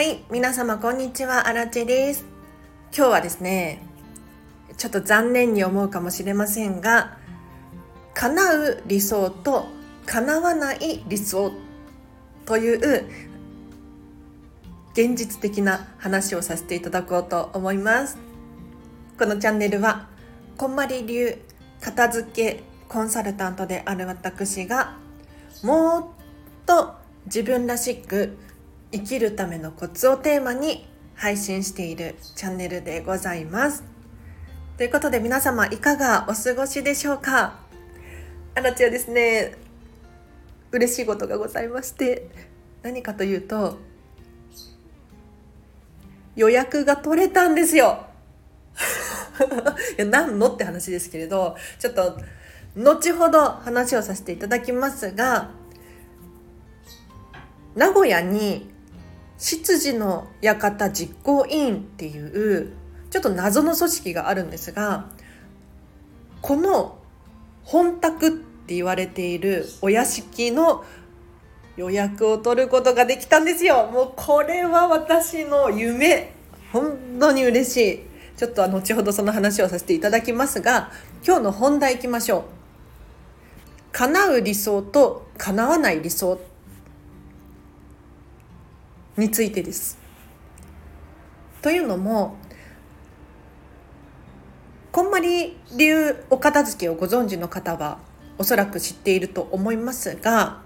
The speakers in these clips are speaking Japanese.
はい、皆様こんにちは、アラチェです。今日はですね、ちょっと残念に思うかもしれませんが、叶う理想と叶わない理想という現実的な話をさせていただこうと思います。このチャンネルはこんまり流片付けコンサルタントである私がもっと自分らしく生きるためのコツをテーマに配信しているチャンネルでございます。ということで皆様いかがお過ごしでしょうか。あらちはですね、嬉しいことがございまして、何かというと予約が取れたんですよ。いや何のって話ですけれど、ちょっと後ほど話をさせていただきますが、名古屋に執事の館実行委員っていうちょっと謎の組織があるんですが、この本宅って言われているお屋敷の予約を取ることができたんですよ。もうこれは私の夢、本当に嬉しい。ちょっと後ほどその話をさせていただきますが、今日の本題いきましょう。叶う理想と叶わない理想についてです。というのも、こんまり流お片付けをご存知の方はおそらく知っていると思いますが、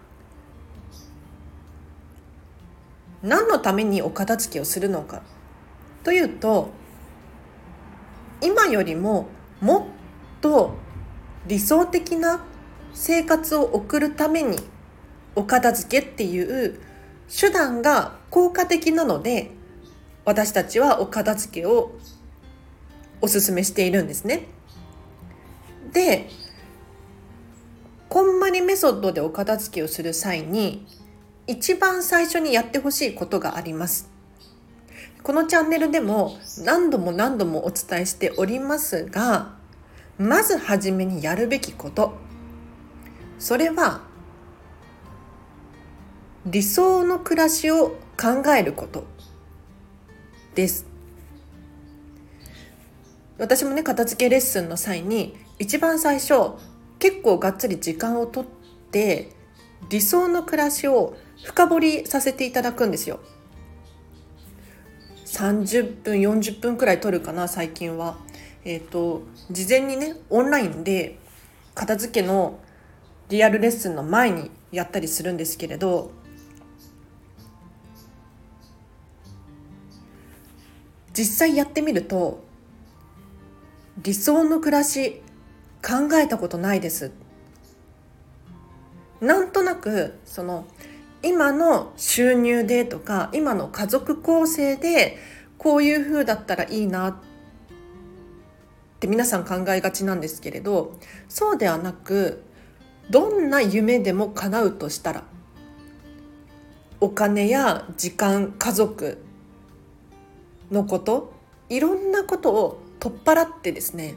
何のためにお片付けをするのかというと、今よりももっと理想的な生活を送るためにお片付けっていう手段が効果的なので、私たちはお片付けをお勧めしているんですね。で、こんまりメソッドでお片付けをする際に一番最初にやってほしいことがあります。このチャンネルでも何度もお伝えしておりますが、まずはじめにやるべきこと、それは理想の暮らしを考えることです。私もね、片付けレッスンの際に一番最初結構がっつり時間をとって理想の暮らしを深掘りさせていただくんですよ。30分40分くらい取るかな、最近は。事前にね、オンラインで片付けのリアルレッスンの前にやったりするんですけれど、実際やってみると理想の暮らし考えたことないです。なんとなく今の収入でとか今の家族構成でこういう風だったらいいなって皆さん考えがちなんですけれど、そうではなく、どんな夢でも叶うとしたらお金や時間、家族のこと、いろんなことを取っ払ってですね、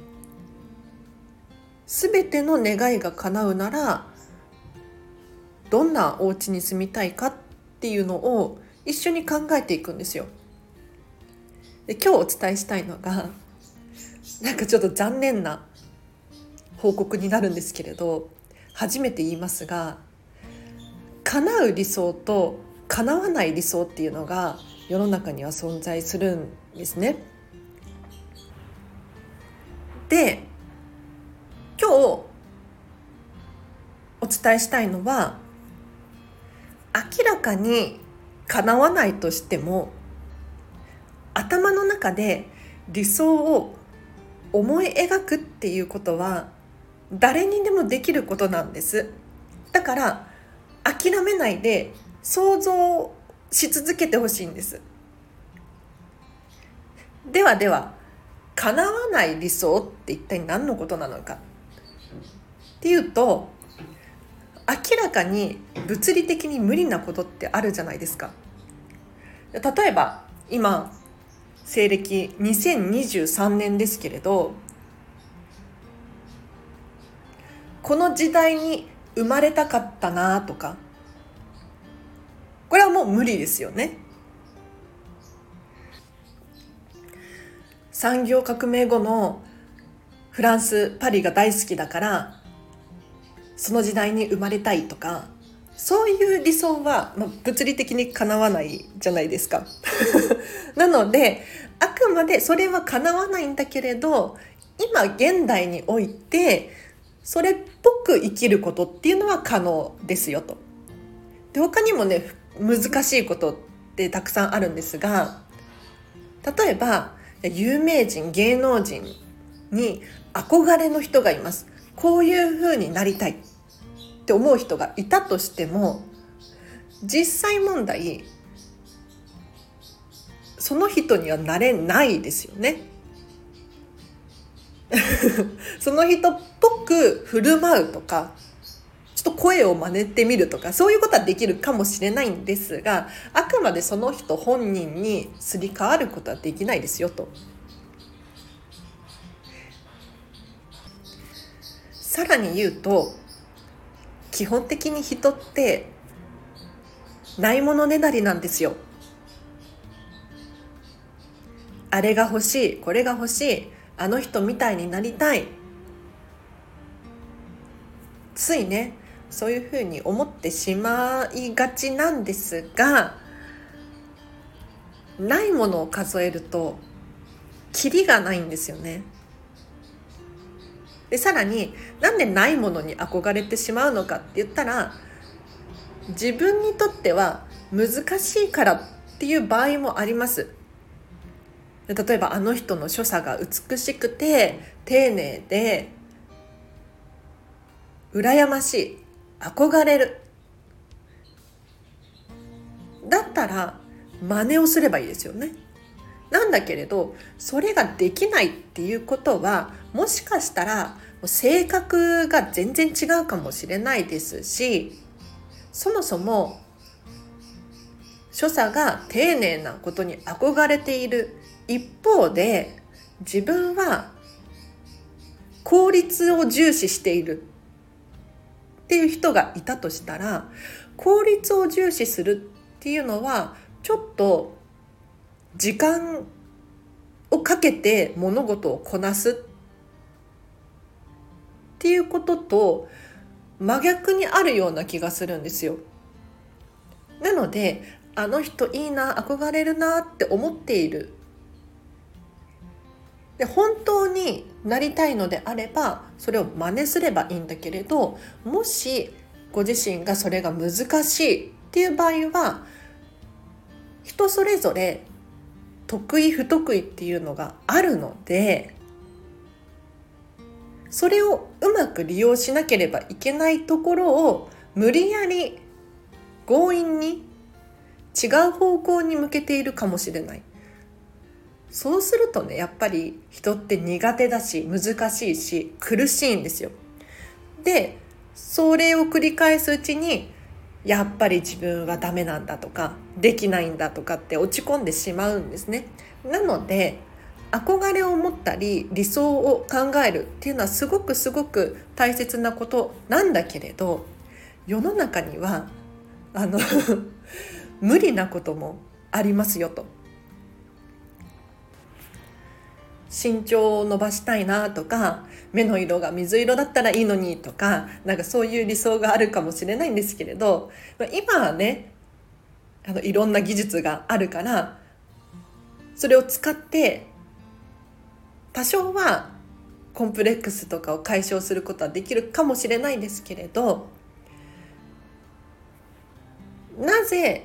すべての願いが叶うならどんなお家に住みたいかっていうのを一緒に考えていくんですよ。で、今日お伝えしたいのがなんかちょっと残念な報告になるんですけれど、初めて言いますが、叶う理想と叶わない理想っていうのが世の中には存在するんですね。で、今日お伝えしたいのは、明らかに叶わないとしても頭の中で理想を思い描くっていうことは誰にでもできることなんです。だから諦めないで想像し続けてほしいんです。では叶わない理想って一体何のことなのかっていうと、明らかに物理的に無理なことってあるじゃないですか。例えば今西暦2023年ですけれど、この時代に生まれたかったなとか、これはもう無理ですよね。 産業革命後のフランス・パリが大好きだからその時代に生まれたいとか、そういう理想は、物理的に叶わないじゃないですかなのであくまでそれは叶わないんだけれど、今現代においてそれっぽく生きることっていうのは可能ですよと。で、他にもね、難しいことってたくさんあるんですが、例えば有名人、芸能人に憧れの人がいます。こういう風になりたいって思う人がいたとしても、実際問題その人にはなれないですよねその人っぽく振る舞うとか、ちょっと声を真似てみるとか、そういうことはできるかもしれないんですが、あくまでその人本人にすり替わることはできないですよと。さらに言うと、基本的に人ってないものねだりなんですよ。あれが欲しい、これが欲しい、あの人みたいになりたい、ついね、そういうふうに思ってしまいがちなんですが、ないものを数えるとキリがないんですよね。で、さらになんでないものに憧れてしまうのかって言ったら、自分にとっては難しいからっていう場合もあります。例えばあの人の所作が美しくて丁寧で羨ましい、憧れる、だったら真似をすればいいですよね。なんだけれど、それができないっていうことは、もしかしたら性格が全然違うかもしれないですし、そもそも所作が丁寧なことに憧れている一方で、自分は効率を重視しているっていう人がいたとしたら、効率を重視するっていうのはちょっと時間をかけて物事をこなすっていうことと真逆にあるような気がするんですよ。なので、あの人いいな、憧れるなって思っている、で本当になりたいのであればそれを真似すればいいんだけれど、もしご自身がそれが難しいっていう場合は、人それぞれ得意不得意っていうのがあるので、それをうまく利用しなければいけないところを無理やり強引に違う方向に向けているかもしれない。そうするとね、やっぱり人って苦手だし難しいし苦しいんですよ。で、それを繰り返すうちに、やっぱり自分はダメなんだとかできないんだとかって落ち込んでしまうんですね。なので憧れを持ったり理想を考えるっていうのはすごくすごく大切なことなんだけれど、世の中には無理なこともありますよと。身長を伸ばしたいなとか、目の色が水色だったらいいのにとか、なんかそういう理想があるかもしれないんですけれど、今はね、いろんな技術があるからそれを使って多少はコンプレックスとかを解消することはできるかもしれないですけれど、なぜ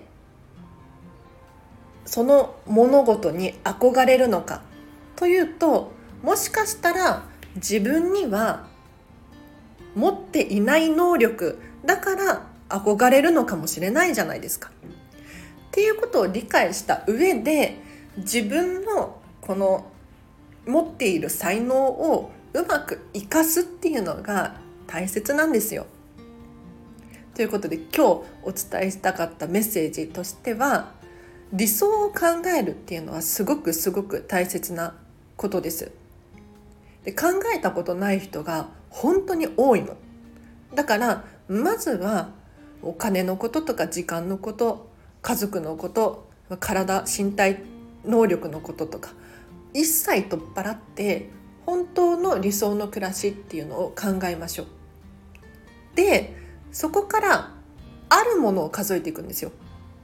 その物事に憧れるのかというと、もしかしたら自分には持っていない能力だから憧れるのかもしれないじゃないですか。っていうことを理解した上で、自分のこの持っている才能をうまく生かすっていうのが大切なんですよ。ということで、今日お伝えしたかったメッセージとしては、理想を考えるっていうのはすごくすごく大切なことです。で、考えたことない人が本当に多いの。だからまずはお金のこととか時間のこと、家族のこと、体、身体能力のこととか、 一切取っ払って本当の理想の暮らしっていうのを考えましょう。で、そこからあるものを数えていくんですよ。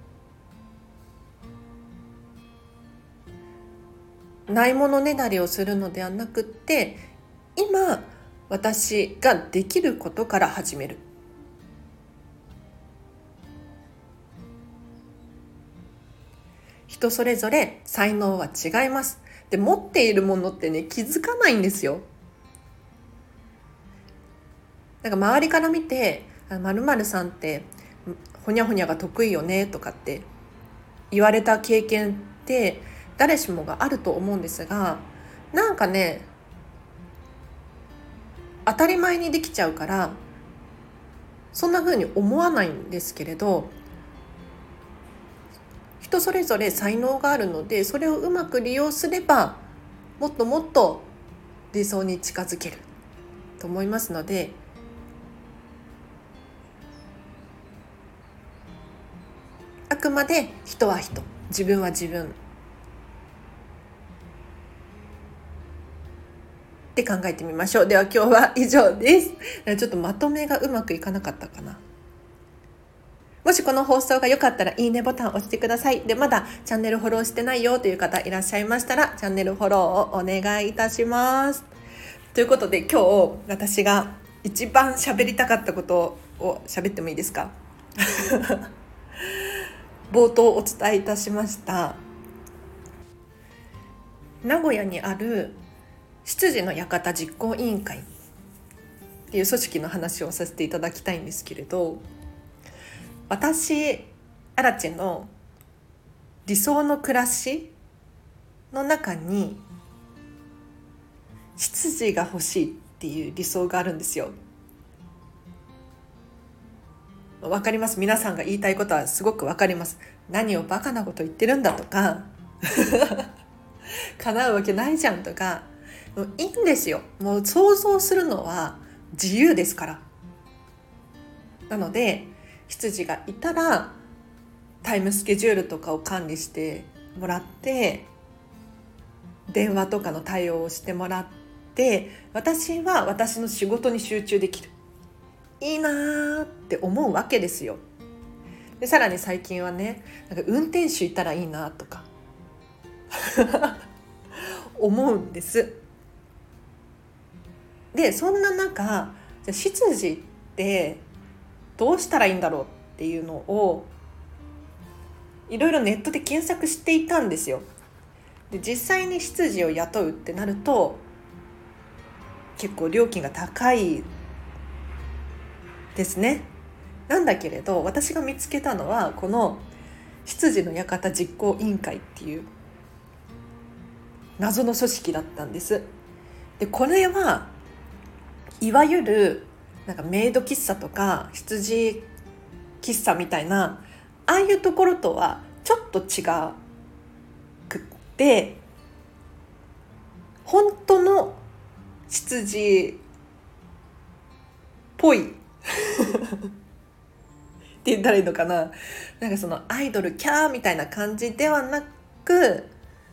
ないものねだりをするのではなくって、今私ができることから始める。人それぞれ才能は違います。で、持っているものってね、気づかないんですよ。なんか周りから見て、〇〇さんってほにゃほにゃが得意よねとかって言われた経験って誰しもがあると思うんですが、なんかね、当たり前にできちゃうからそんな風に思わないんですけれど、人それぞれ才能があるので、それをうまく利用すればもっともっと理想に近づけると思いますので、あくまで人は人、自分は自分って考えてみましょう。では今日は以上です。ちょっとまとめがうまくいかなかったかな。もしこの放送が良かったらいいねボタンを押してください。で、まだチャンネルフォローしてないよという方いらっしゃいましたら、チャンネルフォローをお願いいたします。ということで、今日私が一番喋りたかったことを喋ってもいいですか？冒頭お伝えいたしました名古屋にある執事の館実行委員会っていう組織の話をさせていただきたいんですけれど、私アラチェの理想の暮らしの中に執事が欲しいっていう理想があるんですよ。わかります。皆さんが言いたいことはすごくわかります。何をバカなこと言ってるんだとか叶うわけないじゃんとか、もういいんですよ。もう想像するのは自由ですから。なので執事がいたらタイムスケジュールとかを管理してもらって、電話とかの対応をしてもらって、私は私の仕事に集中できる、いいなーって思うわけですよ。で、さらに最近はね、なんか運転手いたらいいなとか思うんです。で、そんな中、じゃあ執事ってどうしたらいいんだろうっていうのをいろいろネットで検索していたんですよ。で、実際に執事を雇うってなると結構料金が高いですね。なんだけれど、私が見つけたのはこの執事の館実行委員会っていう謎の組織だったんです。で、これはいわゆるなんかメイド喫茶とか羊喫茶みたいな、ああいうところとはちょっと違くって、本当の羊っぽいって言ったらいいのかな。なんかそのアイドルキャーみたいな感じではなく、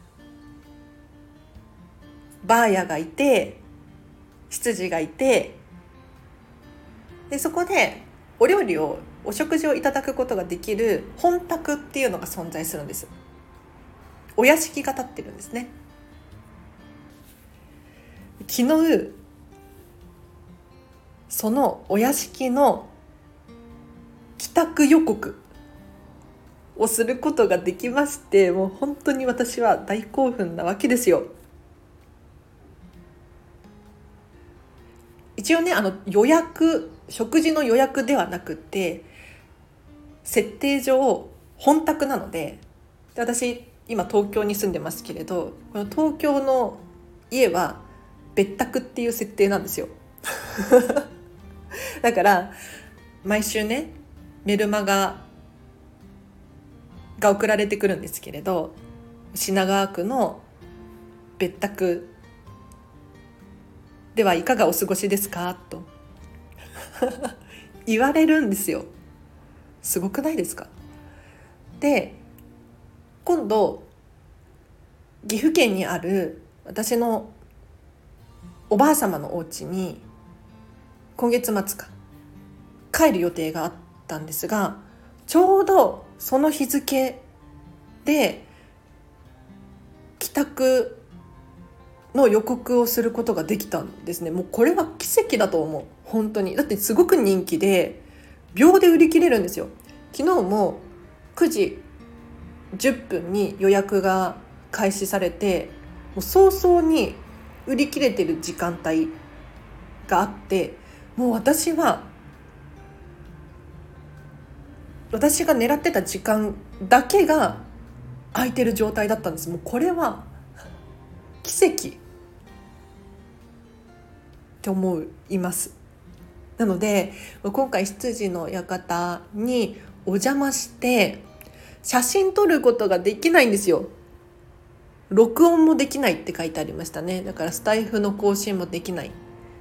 バーヤがいて執事がいて、でそこでお料理をお食事をいただくことができる本宅っていうのが存在するんです。お屋敷が建ってるんですね。昨日そのお屋敷の帰宅予告をすることができまして、もう本当に私は大興奮なわけですよ。一応ね、予約、食事の予約ではなくて設定上本宅なので、私今東京に住んでますけれど、この東京の家は別宅っていう設定なんですよだから毎週ね、メルマガが送られてくるんですけれど、品川区の別宅ではいかがお過ごしですかと言われるんですよ。すごくないですか？で、今度岐阜県にある私のおばあ様のお家に今月末か帰る予定があったんですが、ちょうどその日付で帰宅の予告をすることができたんですね。もうこれは奇跡だと思う、本当に。だってすごく人気で秒で売り切れるんですよ。昨日も9時10分に予約が開始されて、もう早々に売り切れてる時間帯があって、もう私が狙ってた時間だけが空いてる状態だったんです。もうこれは奇跡って思います。なので今回羊の館にお邪魔して写真撮ることができないんですよ。録音もできないって書いてありましたね。だからスタイフの更新もできない。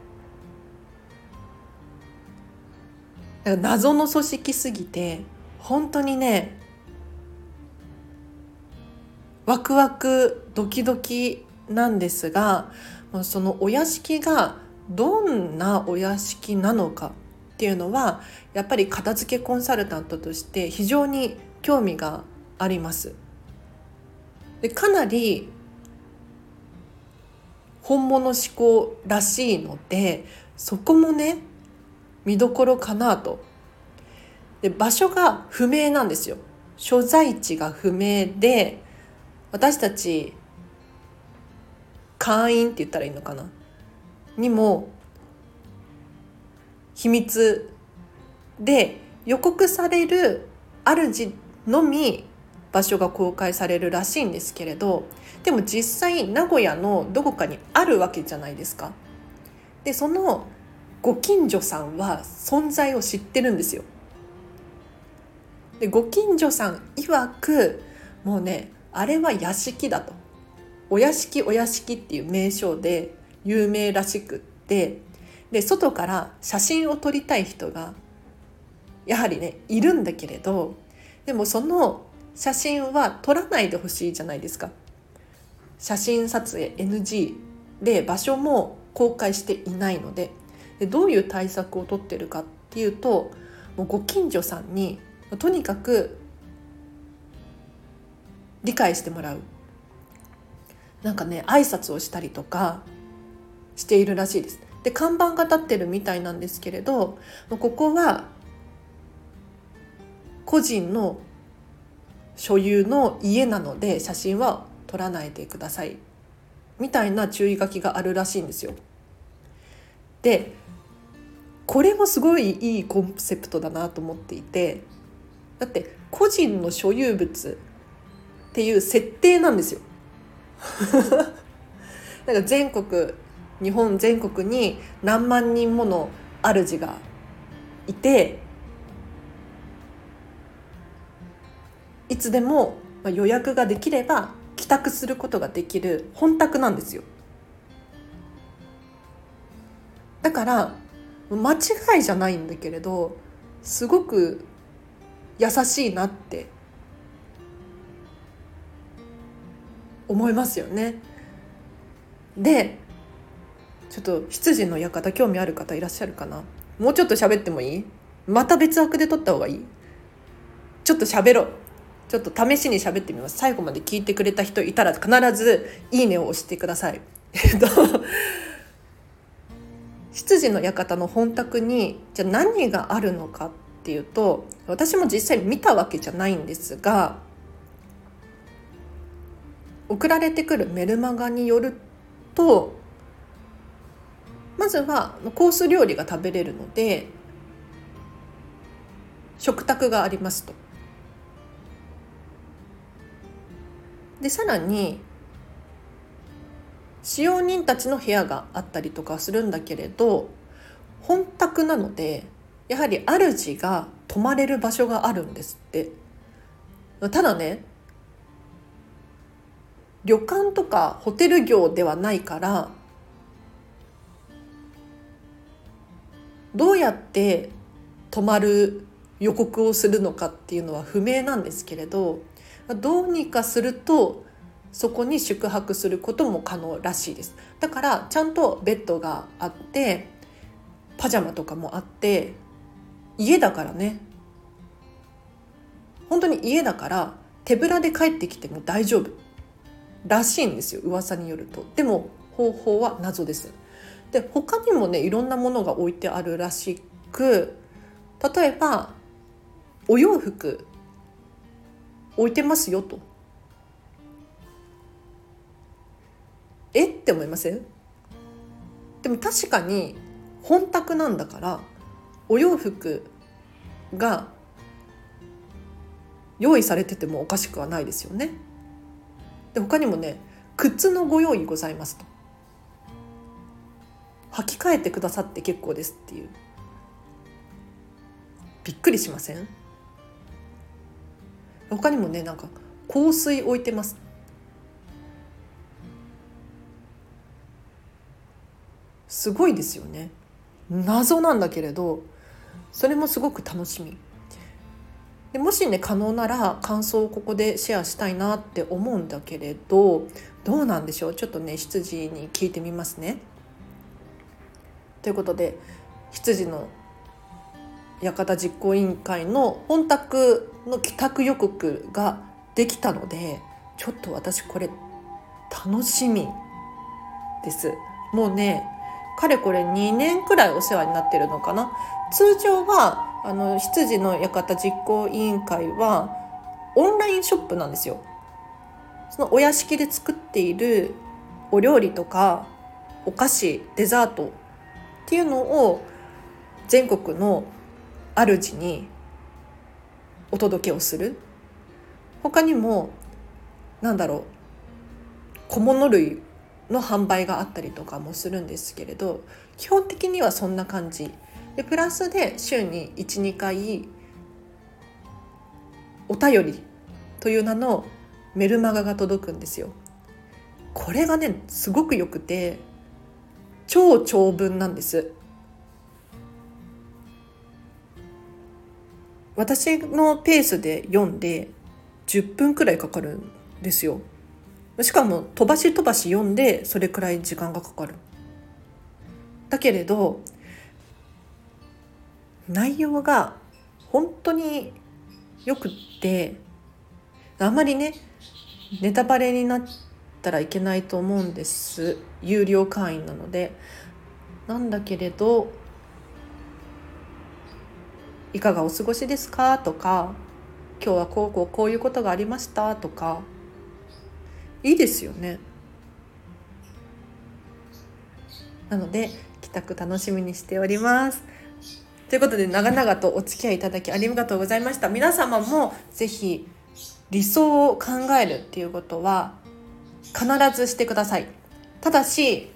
だから謎の組織すぎて本当にね、ワクワクドキドキなんですが、そのお屋敷がどんなお屋敷なのかっていうのはやっぱり片付けコンサルタントとして非常に興味があります。でかなり本物志向らしいので、そこもね見どころかなと。で場所が不明なんですよ。所在地が不明で、私たち会員って言ったらいいのかなにも秘密で、予告される主のみ場所が公開されるらしいんですけれど、でも実際名古屋のどこかにあるわけじゃないですか。でそのご近所さんは存在を知ってるんですよ。でご近所さん曰く、もうねあれは屋敷だと、お屋敷っていう名称で有名らしくって、で外から写真を撮りたい人がやはりねいるんだけれど、でもその写真は撮らないでほしいじゃないですか。写真撮影 NG で場所も公開していないので、どういう対策を取ってるかっていうと、もうご近所さんにとにかく理解してもらう、なんかね挨拶をしたりとかしているらしいです。で看板が立ってるみたいなんですけれど、ここは個人の所有の家なので写真は撮らないでくださいみたいな注意書きがあるらしいんですよ。でこれもすごいいいコンセプトだなと思っていて、だって個人の所有物っていう設定なんですよ。だから日本全国に何万人もの主がいて、いつでも予約ができれば帰宅することができる本宅なんですよ。だから間違いじゃないんだけれど、すごく優しいなって思いますよね。でちょっと羊の館興味ある方いらっしゃるかな。もうちょっと喋ってもいい？また別枠で撮った方がいい？ちょっと喋ろう。ちょっと試しに喋ってみます。最後まで聞いてくれた人いたら必ずいいねを押してください。羊の館の本宅にじゃあ何があるのかっていうと、私も実際見たわけじゃないんですが、送られてくるメルマガによると、まずはコース料理が食べれるので食卓がありますと。でさらに使用人たちの部屋があったりとかするんだけれど、本宅なのでやはり主が泊まれる場所があるんですって。ただね、旅館とかホテル業ではないから、どうやって泊まる予告をするのかっていうのは不明なんですけれど、どうにかするとそこに宿泊することも可能らしいです。だからちゃんとベッドがあってパジャマとかもあって、家だからね、本当に家だから手ぶらで帰ってきても大丈夫らしいんですよ、噂によると。でも方法は謎です。で他にもねいろんなものが置いてあるらしく、例えばお洋服置いてますよと。って思いません？でも確かに本宅なんだからお洋服が用意されててもおかしくはないですよね。で他にもね、靴のご用意ございますと、履き替えてくださって結構ですっていう。びっくりしません？他にもね、なんか香水置いてます。すごいですよね。謎なんだけれど、それもすごく楽しみで、もしね可能なら感想をここでシェアしたいなって思うんだけれど、どうなんでしょう。ちょっとね羊に聞いてみますね。ということで、羊の館実行委員会の本宅の帰宅予告ができたので、ちょっと私これ楽しみです。もうねかれこれ2年くらいお世話になってるのかな。通常は羊の館実行委員会はオンラインショップなんですよ。そのお屋敷で作っているお料理とかお菓子、デザートっていうのを全国の主にお届けをする。他にも小物類の販売があったりとかもするんですけれど、基本的にはそんな感じで、プラスで週に 1,2 回お便りという名のメルマガが届くんですよ。これがねすごくよくて、超長文なんです。私のペースで読んで10分くらいかかるんですよ。しかも飛ばし飛ばし読んでそれくらい時間がかかる。だけれど内容が本当によくって、あんまりねネタバレになったらいけないと思うんです。有料会員なので。なんだけれど、いかがお過ごしですかとか、今日はこういうことがありましたとか、いいですよね。なので帰宅楽しみにしております。ということで、長々とお付き合いいただきありがとうございました。皆様もぜひ理想を考えるっていうことは必ずしてください。ただし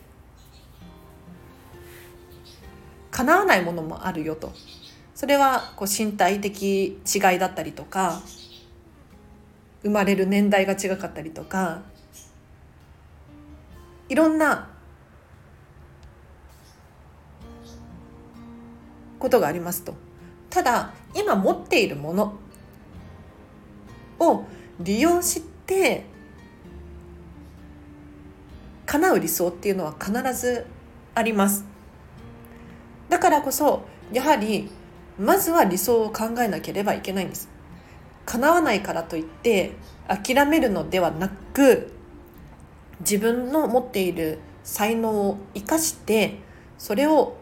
叶わないものもあるよと。それは身体的違いだったりとか、生まれる年代が違かったりとか、いろんなことがありますと。ただ今持っているものを利用して叶う理想っていうのは必ずあります。だからこそやはりまずは理想を考えなければいけないんです。叶わないからといって諦めるのではなく、自分の持っている才能を生かしてそれを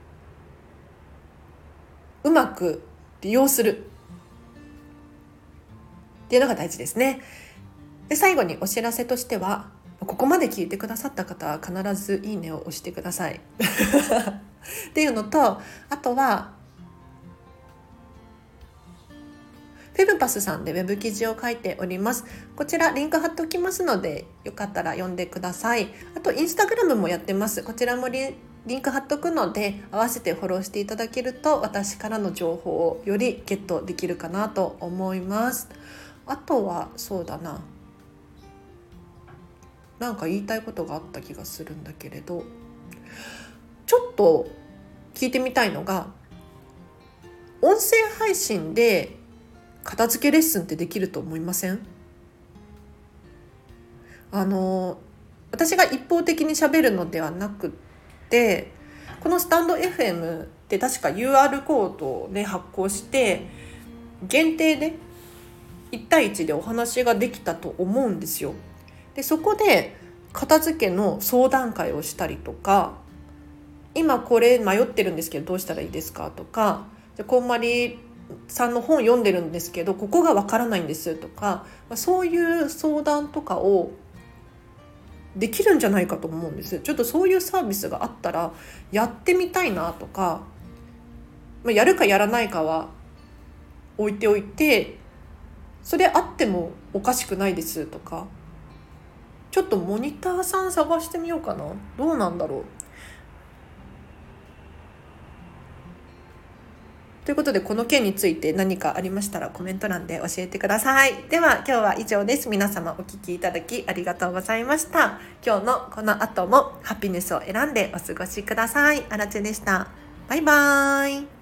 うまく利用するっていうのが大事ですね。で、最後にお知らせとしては、ここまで聞いてくださった方は必ずいいねを押してくださいっていうのと、あとはフェブパスさんでウェブ記事を書いております。こちらリンク貼っておきますので、よかったら読んでください。あとインスタグラムもやってます。こちらもリンク貼っとくので、合わせてフォローしていただけると私からの情報をよりゲットできるかなと思います。あとはそうだな、なんか言いたいことがあった気がするんだけれど、ちょっと聞いてみたいのが、音声配信で片付けレッスンってできると思いません？ 私が一方的に喋るのではなくって、このスタンド FM って確か UR コードで発行して限定で1対1でお話ができたと思うんですよ。でそこで片付けの相談会をしたりとか、今これ迷ってるんですけどどうしたらいいですかとか、じゃこんまりさんの本読んでるんですけどここがわからないんですとか、そういう相談とかをできるんじゃないかと思うんです。ちょっとそういうサービスがあったらやってみたいなとか、やるかやらないかは置いておいて、それあってもおかしくないですとか、ちょっとモニターさん探してみようかな。どうなんだろう。ということで、この件について何かありましたらコメント欄で教えてください。では今日は以上です。皆様お聞きいただきありがとうございました。今日のこの後もハピネスを選んでお過ごしください。あらちでした。バイバーイ。